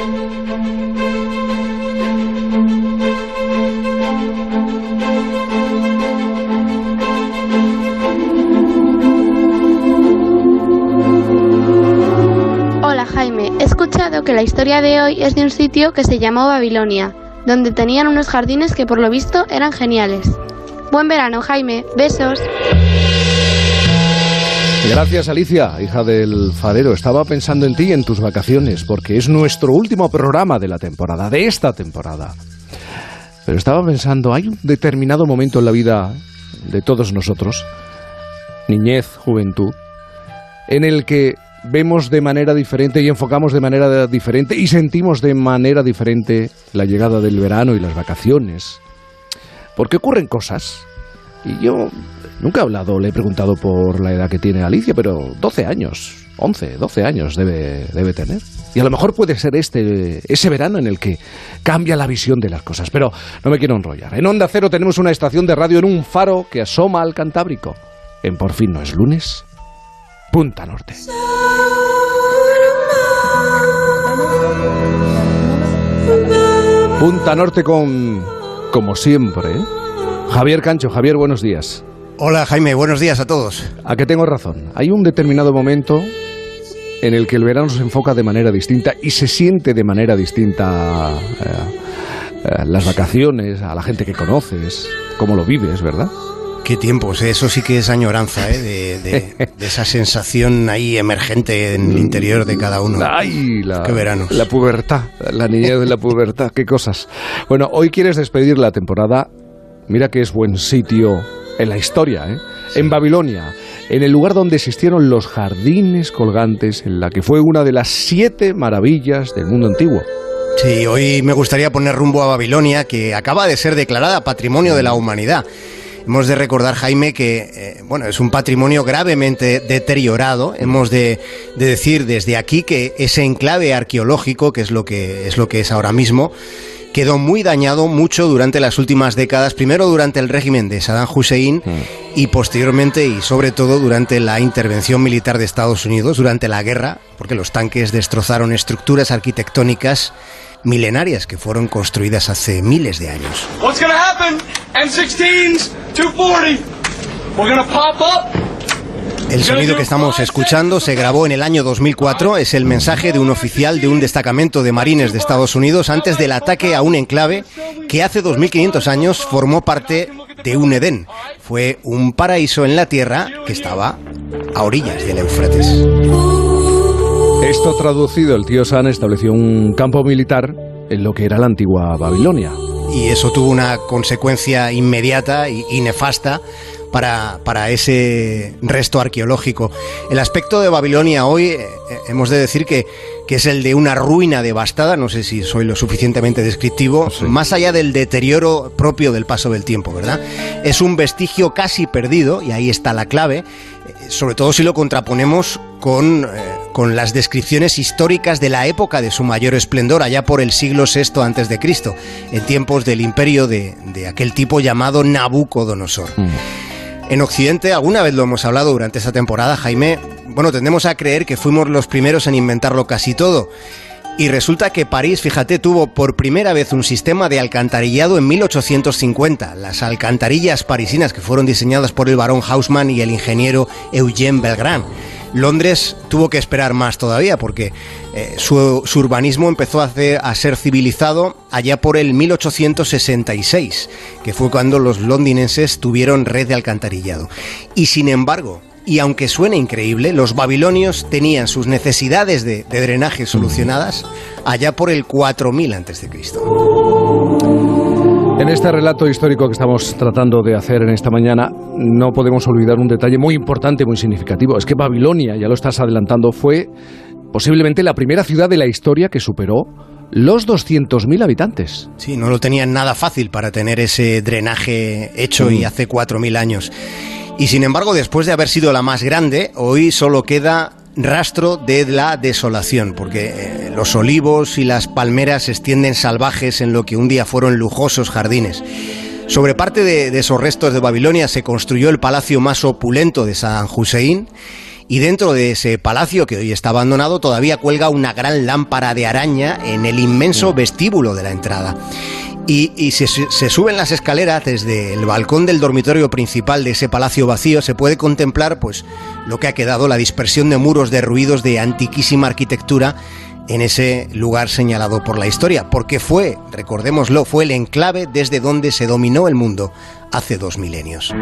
Hola Jaime, he escuchado que la historia de hoy es de un sitio que se llamó Babilonia, donde tenían unos jardines que por lo visto eran geniales. Buen verano, Jaime. Besos. Gracias, Alicia, hija del farero. Estaba pensando en ti y en tus vacaciones, porque es nuestro último programa de la temporada, de esta temporada. Pero estaba pensando, hay un determinado momento en la vida de todos nosotros, niñez, juventud, en el que vemos de manera diferente y enfocamos de manera diferente y sentimos de manera diferente la llegada del verano y las vacaciones. Porque ocurren cosas. Y yo nunca he hablado, le he preguntado por la edad que tiene Alicia, pero 12 años, 11, 12 años debe tener. Y a lo mejor puede ser ese verano en el que cambia la visión de las cosas. Pero no me quiero enrollar. En Onda Cero tenemos una estación de radio en un faro que asoma al Cantábrico. En Por fin no es lunes, Punta Norte. Punta Norte como siempre, ¿eh? Javier Cancho. Javier, buenos días. Hola Jaime, buenos días a todos. ¿A qué tengo razón? Hay un determinado momento en el que el verano se enfoca de manera distinta y se siente de manera distinta las vacaciones, a la gente que conoces, cómo lo vives, ¿verdad? Qué tiempos, eso sí que es añoranza, de esa sensación ahí emergente en el interior de cada uno. ¡Ay! Qué veranos. La pubertad, la niñez de la pubertad, qué cosas. Bueno, hoy quieres despedir la temporada. Mira que es buen sitio en la historia, ¿eh? Sí. En Babilonia, en el lugar donde existieron los jardines colgantes, en la que fue una de las 7 maravillas del mundo antiguo. Sí, hoy me gustaría poner rumbo a Babilonia, que acaba de ser declarada Patrimonio de la Humanidad. Hemos de recordar, Jaime, que es un patrimonio gravemente deteriorado. Hemos de decir desde aquí que ese enclave arqueológico, que es lo que es ahora mismo, quedó muy dañado mucho durante las últimas décadas, primero durante el régimen de Saddam Hussein y posteriormente y sobre todo durante la intervención militar de Estados Unidos, durante la guerra, porque los tanques destrozaron estructuras arquitectónicas milenarias que fueron construidas hace miles de años. What's gonna happen? M16s, 240. We're gonna pop up. El sonido que estamos escuchando se grabó en el año 2004, es el mensaje de un oficial de un destacamento de marines de Estados Unidos antes del ataque a un enclave que hace 2500 años formó parte de un Edén. Fue un paraíso en la tierra que estaba a orillas del Éufrates. Esto traducido, el tío Sam estableció un campo militar en lo que era la antigua Babilonia. Y eso tuvo una consecuencia inmediata y nefasta para ese resto arqueológico. El aspecto de Babilonia hoy, hemos de decir que es el de una ruina devastada, no sé si soy lo suficientemente descriptivo, sí. Más allá del deterioro propio del paso del tiempo, ¿verdad? Es un vestigio casi perdido, y ahí está la clave, sobre todo si lo contraponemos con las descripciones históricas de la época de su mayor esplendor, allá por el siglo VI a.C., en tiempos del imperio de aquel tipo llamado Nabucodonosor. En Occidente, alguna vez lo hemos hablado durante esta temporada, Jaime, tendemos a creer que fuimos los primeros en inventarlo casi todo. Y resulta que París, fíjate, tuvo por primera vez un sistema de alcantarillado en 1850. Las alcantarillas parisinas que fueron diseñadas por el barón Haussmann y el ingeniero Eugène Belgrand. Londres tuvo que esperar más todavía porque su urbanismo empezó a ser civilizado allá por el 1866, que fue cuando los londinenses tuvieron red de alcantarillado. Y sin embargo, y aunque suene increíble, los babilonios tenían sus necesidades de drenaje solucionadas allá por el 4000 a.C. En este relato histórico que estamos tratando de hacer en esta mañana, no podemos olvidar un detalle muy importante, muy significativo. Es que Babilonia, ya lo estás adelantando, fue posiblemente la primera ciudad de la historia que superó los 200.000 habitantes. Sí, no lo tenían nada fácil para tener ese drenaje hecho y hace 4.000 años. Y sin embargo, después de haber sido la más grande, hoy solo queda rastro de la desolación, porque los olivos y las palmeras se extienden salvajes en lo que un día fueron lujosos jardines. Sobre parte de esos restos de Babilonia se construyó el palacio más opulento de Saddam Hussein, y dentro de ese palacio, que hoy está abandonado, todavía cuelga una gran lámpara de araña en el inmenso vestíbulo de la entrada. Y si se suben las escaleras desde el balcón del dormitorio principal de ese palacio vacío, se puede contemplar pues lo que ha quedado, la dispersión de muros derruidos de antiquísima arquitectura en ese lugar señalado por la historia, porque fue, recordémoslo, fue el enclave desde donde se dominó el mundo hace 2 milenios.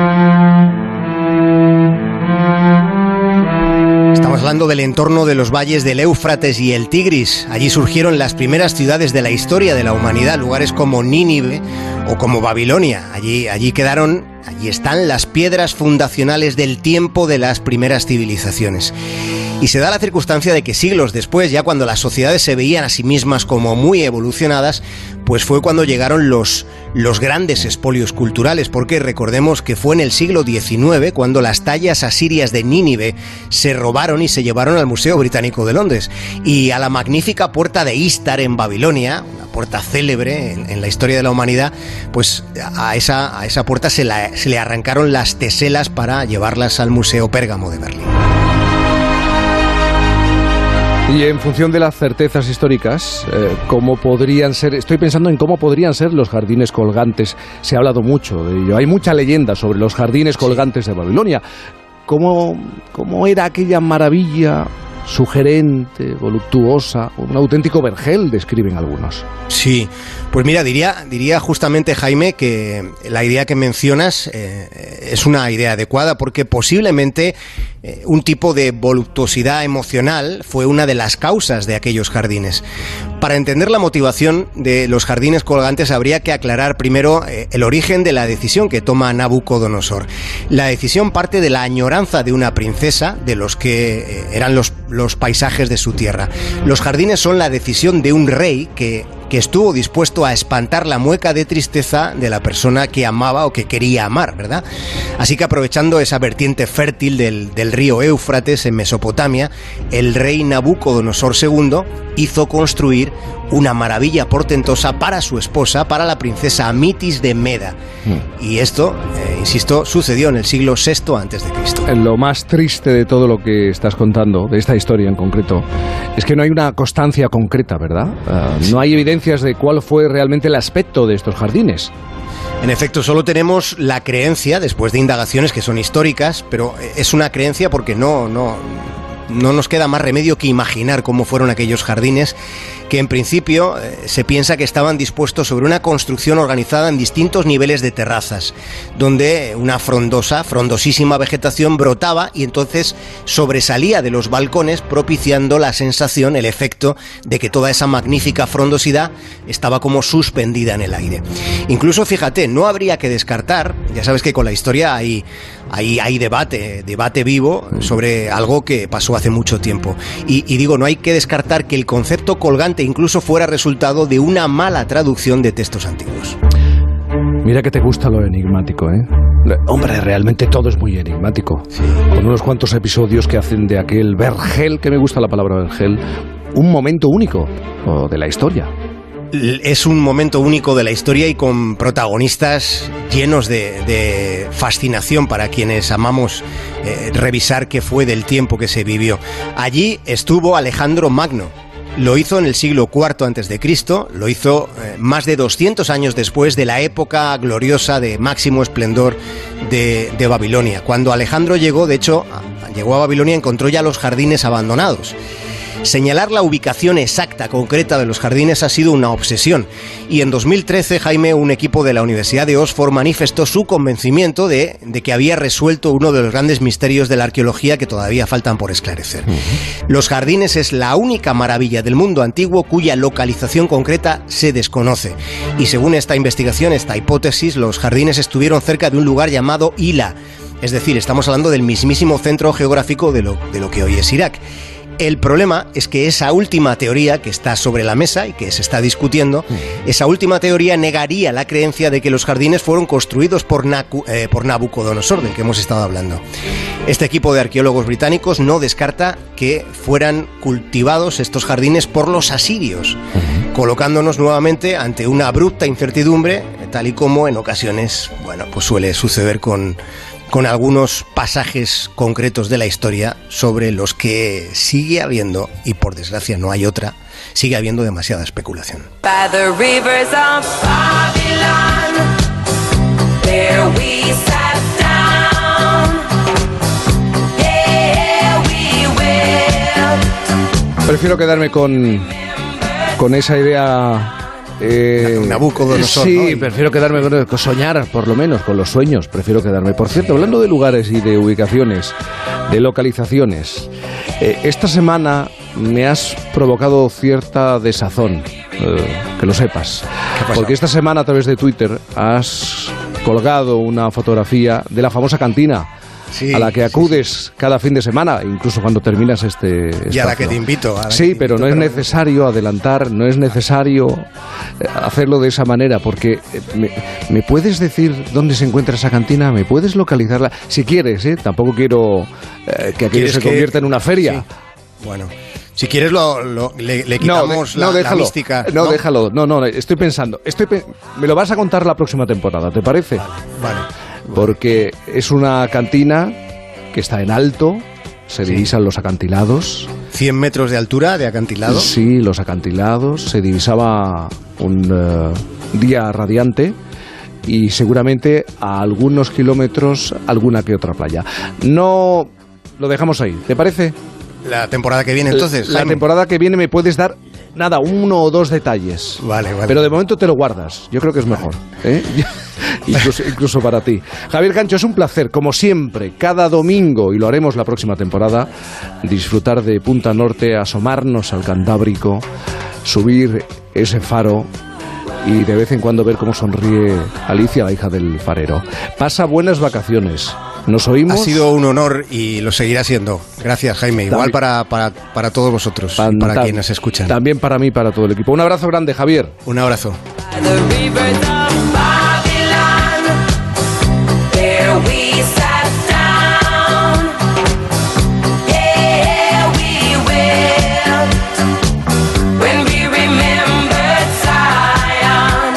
Estamos hablando del entorno de los valles del Éufrates y el Tigris. Allí surgieron las primeras ciudades de la historia de la humanidad, lugares como Nínive o como Babilonia. Allí están las piedras fundacionales del tiempo de las primeras civilizaciones. Y se da la circunstancia de que siglos después, ya cuando las sociedades se veían a sí mismas como muy evolucionadas, pues fue cuando llegaron los grandes expolios culturales, porque recordemos que fue en el siglo XIX cuando las tallas asirias de Nínive se robaron y se llevaron al Museo Británico de Londres, y a la magnífica puerta de Istar en Babilonia, una puerta célebre en la historia de la humanidad, pues a esa puerta se le arrancaron las teselas para llevarlas al Museo Pérgamo de Berlín. Y en función de las certezas históricas, ¿cómo podrían ser? Estoy pensando en cómo podrían ser los jardines colgantes. Se ha hablado mucho de ello. Hay mucha leyenda sobre los jardines colgantes de Babilonia. ¿Cómo era aquella maravilla sugerente, voluptuosa, un auténtico vergel, describen algunos? Sí, pues mira, diría justamente, Jaime, que la idea que mencionas es una idea adecuada, porque posiblemente un tipo de voluptuosidad emocional fue una de las causas de aquellos jardines. Para entender la motivación de los jardines colgantes habría que aclarar primero el origen de la decisión que toma Nabucodonosor. La decisión parte de la añoranza de una princesa, de los que eran los paisajes de su tierra. Los jardines son la decisión de un rey que estuvo dispuesto a espantar la mueca de tristeza de la persona que amaba o que quería amar, ¿verdad? Así que, aprovechando esa vertiente fértil del río Éufrates en Mesopotamia, el rey Nabucodonosor II hizo construir una maravilla portentosa para su esposa, para la princesa Amitis de Meda. Y esto, insisto, sucedió en el siglo VI a.C. Lo más triste de todo lo que estás contando, de esta historia en concreto, es que no hay una constancia concreta, ¿verdad? No hay evidencias de cuál fue realmente el aspecto de estos jardines. En efecto, solo tenemos la creencia, después de indagaciones que son históricas, pero es una creencia porque no nos queda más remedio que imaginar cómo fueron aquellos jardines, que en principio se piensa que estaban dispuestos sobre una construcción organizada en distintos niveles de terrazas, donde una frondosísima vegetación brotaba y entonces sobresalía de los balcones, propiciando la sensación, el efecto de que toda esa magnífica frondosidad estaba como suspendida en el aire. Incluso, fíjate, no habría que descartar, ya sabes que con la historia hay debate vivo sobre algo que pasó hace mucho tiempo. Y digo, no hay que descartar que el concepto colgante incluso fuera resultado de una mala traducción de textos antiguos. Mira que te gusta lo enigmático, ¿eh? Hombre, realmente todo es muy enigmático. Sí. Con unos cuantos episodios que hacen de aquel vergel, que me gusta la palabra vergel, un momento único de la historia. Es un momento único de la historia y con protagonistas llenos de fascinación para quienes amamos revisar qué fue del tiempo que se vivió. Allí estuvo Alejandro Magno. Lo hizo en el siglo IV a.C., lo hizo más de 200 años después de la época gloriosa de máximo esplendor de Babilonia. Cuando Alejandro llegó a Babilonia, encontró ya los jardines abandonados. Señalar la ubicación exacta, concreta de los jardines ha sido una obsesión, y en 2013, Jaime, un equipo de la Universidad de Oxford manifestó su convencimiento de que había resuelto uno de los grandes misterios de la arqueología que todavía faltan por esclarecer. Los jardines es la única maravilla del mundo antiguo cuya localización concreta se desconoce, y según esta investigación, esta hipótesis, los jardines estuvieron cerca de un lugar llamado Hila, es decir, estamos hablando del mismísimo centro geográfico de lo que hoy es Irak. El problema es que esa última teoría que está sobre la mesa y que se está discutiendo, esa última teoría negaría la creencia de que los jardines fueron construidos por Nabucodonosor, del que hemos estado hablando. Este equipo de arqueólogos británicos no descarta que fueran cultivados estos jardines por los asirios, colocándonos nuevamente ante una abrupta incertidumbre, tal y como en ocasiones, pues suele suceder con con algunos pasajes concretos de la historia sobre los que sigue habiendo, y por desgracia no hay otra, sigue habiendo demasiada especulación. By the rivers of Babylon, there we sat down. Yeah, we will. Prefiero quedarme con esa idea. Nabucodonosor, sí, ¿no? prefiero quedarme con soñar, por lo menos, con los sueños. Prefiero quedarme. Por cierto, hablando de lugares y de ubicaciones, de localizaciones, esta semana me has provocado cierta desazón, que lo sepas. Porque esta semana a través de Twitter has colgado una fotografía de la famosa cantina. Sí, a la que acudes cada fin de semana, incluso cuando terminas este espacio. Y a la que te invito. Sí, pero no es necesario adelantar, no es necesario hacerlo de esa manera, porque ¿me puedes decir dónde se encuentra esa cantina? ¿Me puedes localizarla? Si quieres, tampoco quiero que aquello se convierta en una feria. Sí. Bueno, si quieres le quitamos la mística. No, déjalo. No, estoy pensando. Me lo vas a contar la próxima temporada, ¿te parece? Vale. Porque es una cantina que está en alto, se divisan los acantilados. 100 metros de altura de acantilado. Sí, los acantilados. Se divisaba un día radiante y seguramente a algunos kilómetros alguna que otra playa. No, lo dejamos ahí, ¿te parece? La temporada que viene, entonces, La temporada que viene me puedes dar, nada, 1 o 2 detalles. Vale. Pero de momento te lo guardas. Yo creo que es mejor. Incluso para ti. Javier Cancho, es un placer, como siempre, cada domingo, y lo haremos la próxima temporada, disfrutar de Punta Norte, asomarnos al Cantábrico, subir ese faro y de vez en cuando ver cómo sonríe Alicia, la hija del farero. Pasa buenas vacaciones. ¿Nos oímos? Ha sido un honor y lo seguirá siendo. Gracias, Jaime. Igual para todos vosotros, para quienes escuchan. También para mí, para todo el equipo. Un abrazo grande, Javier. Un abrazo.